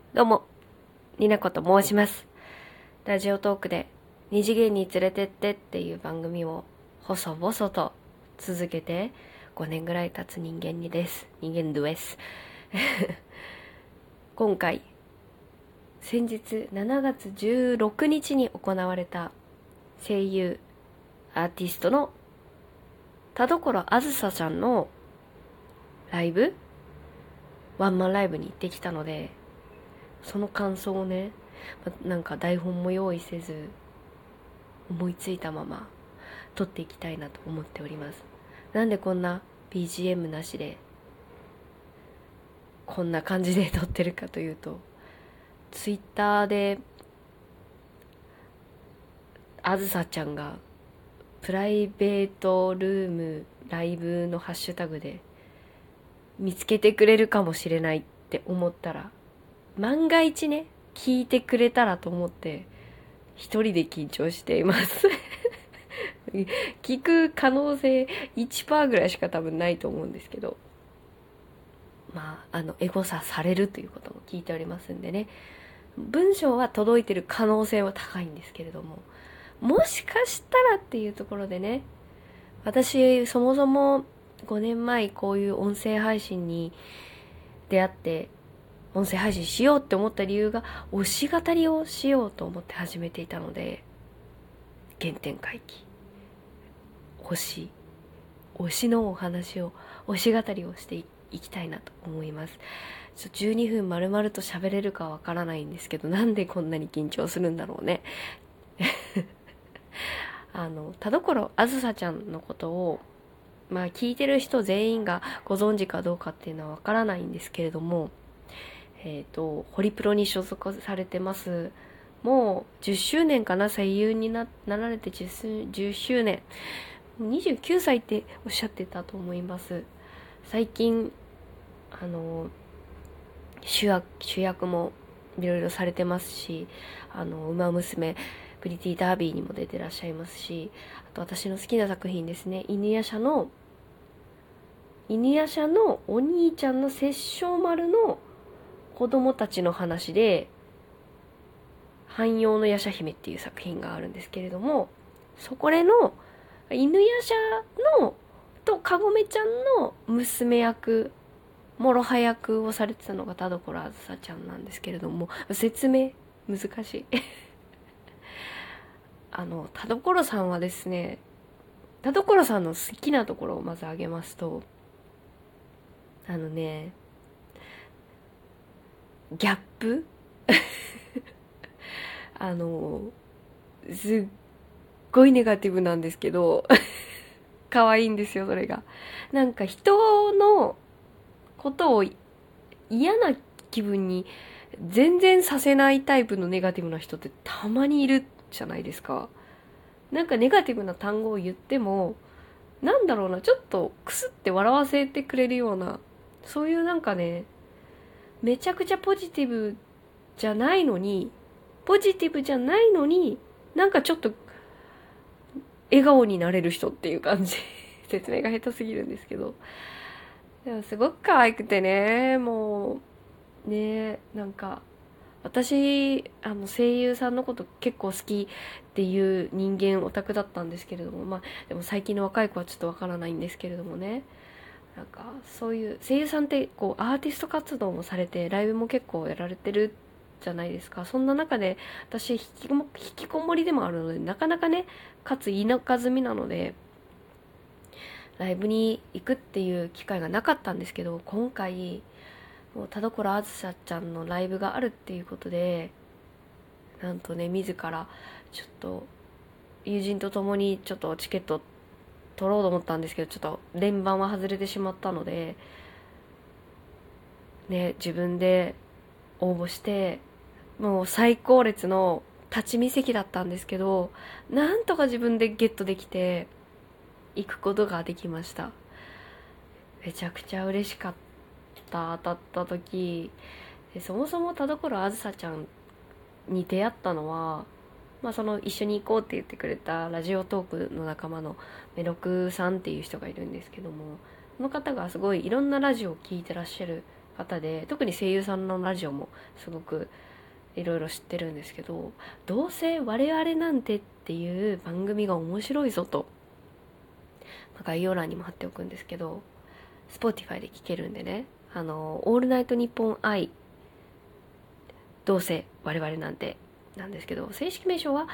どうも、になこと申します。ラジオトークで二次元に連れてってっていう番組を細々と続けて5年ぐらい経つ人間です。今回、先日7月16日に行われた声優、アーティストの田所あずさちゃんのライブ、ワンマンライブに行ってきたので、その感想をね、なんか台本も用意せず思いついたまま撮っていきたいなと思っております。なんでこんな BGM なしでこんな感じで撮ってるかというと、ツイッターであずさちゃんがプライベートルームライブのハッシュタグで見つけてくれるかもしれないって思ったら、万が一ね聞いてくれたらと思って一人で緊張しています聞く可能性 1% ぐらいしか多分ないと思うんですけど、エゴサされるということも聞いておりますんでね、文章は届いてる可能性は高いんですけれども、もしかしたらっていうところでね、私そもそも5年前こういう音声配信に出会って音声配信しようって思った理由が推し語りをしようと思って始めていたので、原点回帰、推しのお話を、推し語りをしていきたいなと思います。12分丸々と喋れるかわからないんですけど、なんでこんなに緊張するんだろうね田所あずさちゃんのことを聞いてる人全員がご存知かどうかっていうのはわからないんですけれども、ホリプロに所属されてます。もう10周年かな、声優になられて 10周年。29歳っておっしゃってたと思います。最近、主役もいろいろされてますし、ウマ娘、プリティダービーにも出てらっしゃいますし、あと私の好きな作品ですね、犬夜叉のお兄ちゃんの殺生丸の子供たちの話で、汎用の夜叉姫っていう作品があるんですけれども、そこでの犬夜叉のとかごめちゃんの娘役、もろは役をされてたのが田所あずさちゃんなんですけれども、説明難しい田所さんはですね、田所さんの好きなところをまず挙げますと、ギャップすっごいネガティブなんですけど可愛いんですよ、それが。なんか人のことを嫌な気分に全然させないタイプのネガティブな人ってたまにいるじゃないですか。なんかネガティブな単語を言っても、なんだろうな、ちょっとクスって笑わせてくれるような、そういうなんかね、めちゃくちゃポジティブじゃないのに、なんかちょっと笑顔になれる人っていう感じ説明が下手すぎるんですけど、でもすごく可愛くてね、もうね、なんか私声優さんのこと結構好きっていう人間オタクだったんですけれども、でも最近の若い子はちょっとわからないんですけれどもね、なんかそういう声優さんってこうアーティスト活動もされてライブも結構やられてるじゃないですか。そんな中で私引きこもりでもあるので、なかなかね、かつ田舎住みなのでライブに行くっていう機会がなかったんですけど、今回もう田所あずさちゃんのライブがあるっていうことで、なんとね、自らちょっと友人と共にちょっとチケット取ろうと思ったんですけど、ちょっと連番は外れてしまったのでね、自分で応募して、もう最高列の立ち見席だったんですけど、なんとか自分でゲットできて行くことができました。めちゃくちゃ嬉しかった。当たった時で、そもそも田所あずさちゃんに出会ったのは、その一緒に行こうって言ってくれたラジオトークの仲間のメロクさんっていう人がいるんですけども、その方がすごいいろんなラジオを聞いてらっしゃる方で、特に声優さんのラジオもすごくいろいろ知ってるんですけど、どうせ我々なんてっていう番組が面白いぞと、概要欄にも貼っておくんですけど、Spotify で聞けるんでね、オールナイトニッポン愛、どうせ我々なんてなんですけど、正式名称は、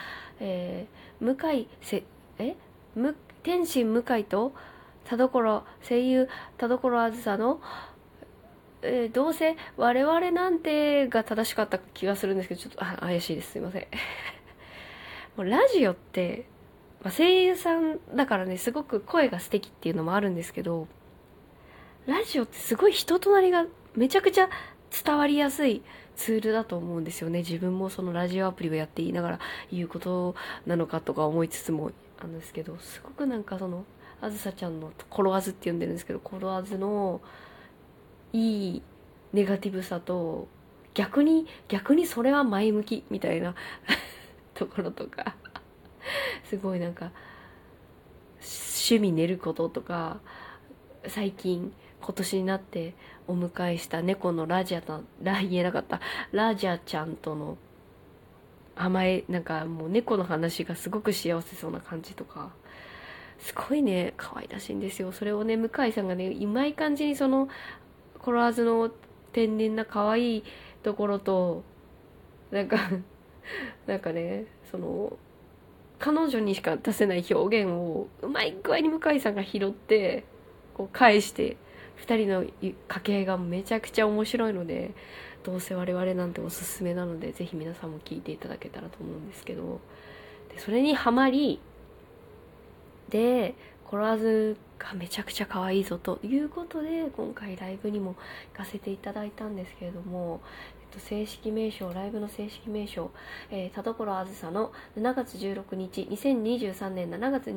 天心向井と声優田所あずさの、どうせ我々なんてが正しかった気がするんですけど、ちょっと怪しいです、すいません。もうラジオって、声優さんだからね、すごく声が素敵っていうのもあるんですけど、ラジオってすごい人となりがめちゃくちゃ伝わりやすいツールだと思うんですよね。自分もそのラジオアプリをやっていながら言うことなのかとか思いつつもなんですけど、すごくなんかそのあずさちゃんのコロアズって呼んでるんですけど、コロアズのいいネガティブさと、逆にそれは前向きみたいなところとか、すごいなんか趣味寝ることとか、最近今年になってお迎えした猫の言えなかったラジャちゃんとのなんかもう猫の話がすごく幸せそうな感じとか、すごいね可愛らしいんですよ。それをね向井さんがねうまい感じにそのコロワーズの天然な可愛いところと、なんかなんかね、その彼女にしか出せない表現をうまい具合に向井さんが拾ってこう返して、2人の掛け合いがめちゃくちゃ面白いので、どうせ我々なんておすすめなので、ぜひ皆さんも聞いていただけたらと思うんですけど、でそれにハマりで、コロワーズがめちゃくちゃ可愛いぞということで、今回ライブにも行かせていただいたんですけれども、正式名称、ライブの正式名称、田所あずさの7月16日、2023年7月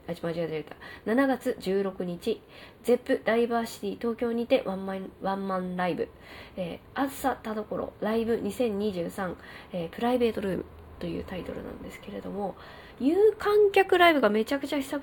16日、ゼップダイバーシティ東京にてワンマンライブ、あずさ田所ライブ2023、プライベートルームというタイトルなんですけれども、有観客ライブがめちゃくちゃ久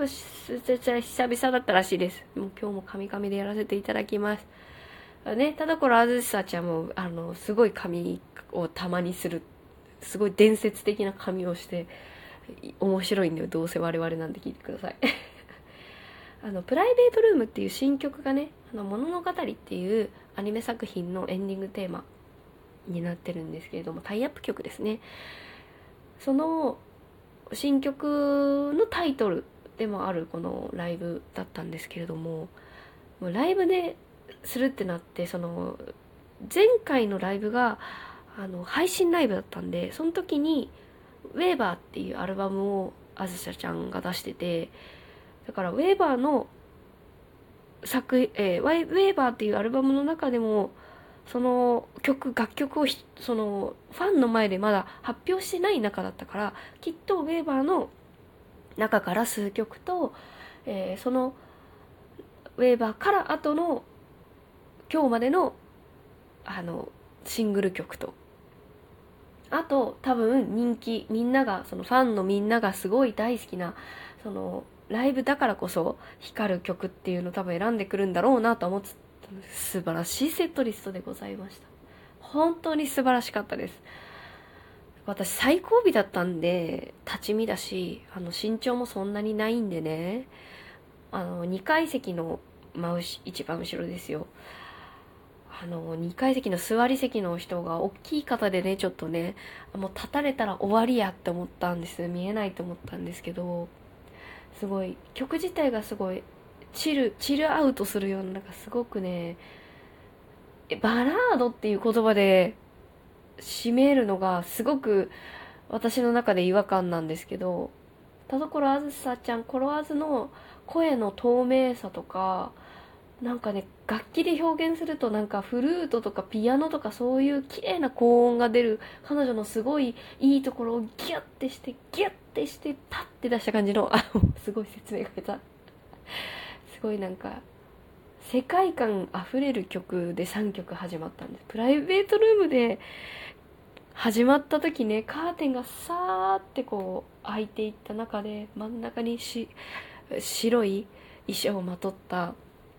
々だったらしいです。もう今日もカミカミでやらせていただきます。ね、田所あずさちゃんもすごい髪をたまにする、すごい伝説的な髪をして面白いんで、どうせ我々なんて聞いてください。プライベートルームっていう新曲がね、物の語っていうアニメ作品のエンディングテーマになってるんですけれども、タイアップ曲ですね。その新曲のタイトルでもあるこのライブだったんですけれども、ライブでするってなって、その前回のライブが配信ライブだったんで、その時にウェーバーっていうアルバムをあずさちゃんが出してて、だからウェーバーのウェーバーっていうアルバムの中でもその楽曲をそのファンの前でまだ発表してない中だったから、きっとウェーバーの中から数曲と、そのウェーバーから後の今日までのシングル曲と、あと多分みんながそのファンのみんながすごい大好きなそのライブだからこそ光る曲っていうのを多分選んでくるんだろうなと思って、素晴らしいセットリストでございました。本当に素晴らしかったです。私最後尾だったんで立ち見だし、身長もそんなにないんでね、2階席の一番後ろですよ。2階席の座り席の人が大きい方でね、ちょっとね、もう立たれたら終わりやって思ったんです。見えないと思ったんですけど、すごい曲自体がすごいチルアウトするような、なんかすごくね、バラードっていう言葉で締めるのがすごく私の中で違和感なんですけど、田所あずさちゃんコロワーズの声の透明さとか、なんかね、楽器で表現するとなんかフルートとかピアノとかそういう綺麗な高音が出る彼女のすごいいいところをギュッてしてパッて出した感じの、すごい説明が下手。すごいなんか世界観あふれる曲で3曲始まったんです。プライベートルームで始まった時ね、カーテンがさーってこう開いていった中で、真ん中に白い衣装をまとった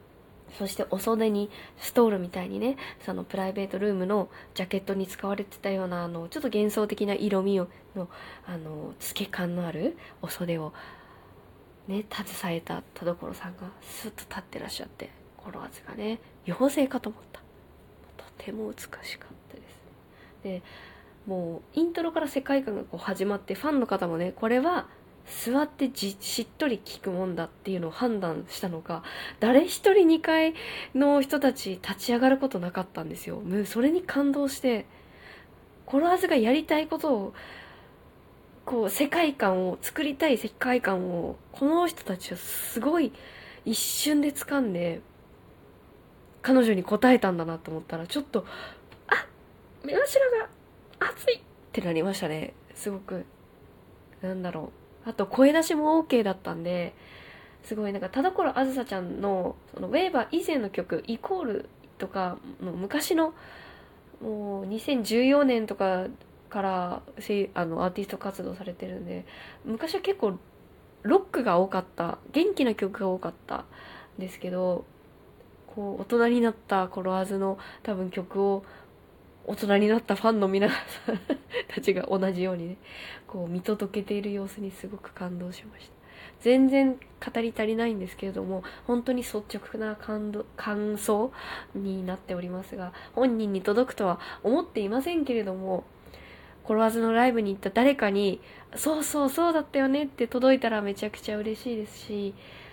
そしてお袖にストールみたいにね、そのプライベートルームのジャケットに使われてたようなちょっと幻想的な色味の透け感のあるお袖をね携えた田所さんがスッと立ってらっしゃって、コロワーズがね妖精かと思った。とても美しかったです。でもうイントロから世界観がこう始まって、ファンの方もねこれは座ってしっとり聞くもんだっていうのを判断したのか、誰一人2階の人たち立ち上がることなかったんですよ。もうそれに感動して、コロワーズがやりたいことをこう世界観を作りたい世界観をこの人たちはすごい一瞬で掴んで彼女に応えたんだなと思ったら、ちょっと目頭が熱いってなりましたね。すごくなんだろう、あと声出しも OK だったんで、すごいなんか田所あずさちゃんのそのウェーバー以前の曲イコールとかの昔のもう2014年とかからアーティスト活動されてるんで、昔は結構ロックが多かった、元気な曲が多かったんですけど、こう大人になったコロワーズの多分曲を大人になったファンの皆さんたちが同じようにねこう見届けている様子にすごく感動しました。全然語り足りないんですけれども、本当に率直な感想になっておりますが、本人に届くとは思っていませんけれども、コロワーズのライブに行った誰かにそうそうそうだったよねって届いたらめちゃくちゃ嬉しいですし、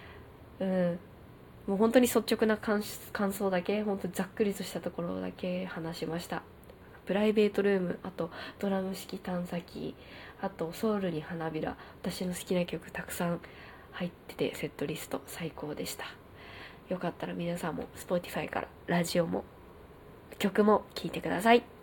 もう本当に率直な感想だけ、本当にざっくりとしたところだけ話しました。プライベートルーム、あとドラム式探査機、あとソウルに花びら、私の好きな曲たくさん入ってて、セットリスト最高でした。よかったら皆さんも Spotify からラジオも曲も聴いてください。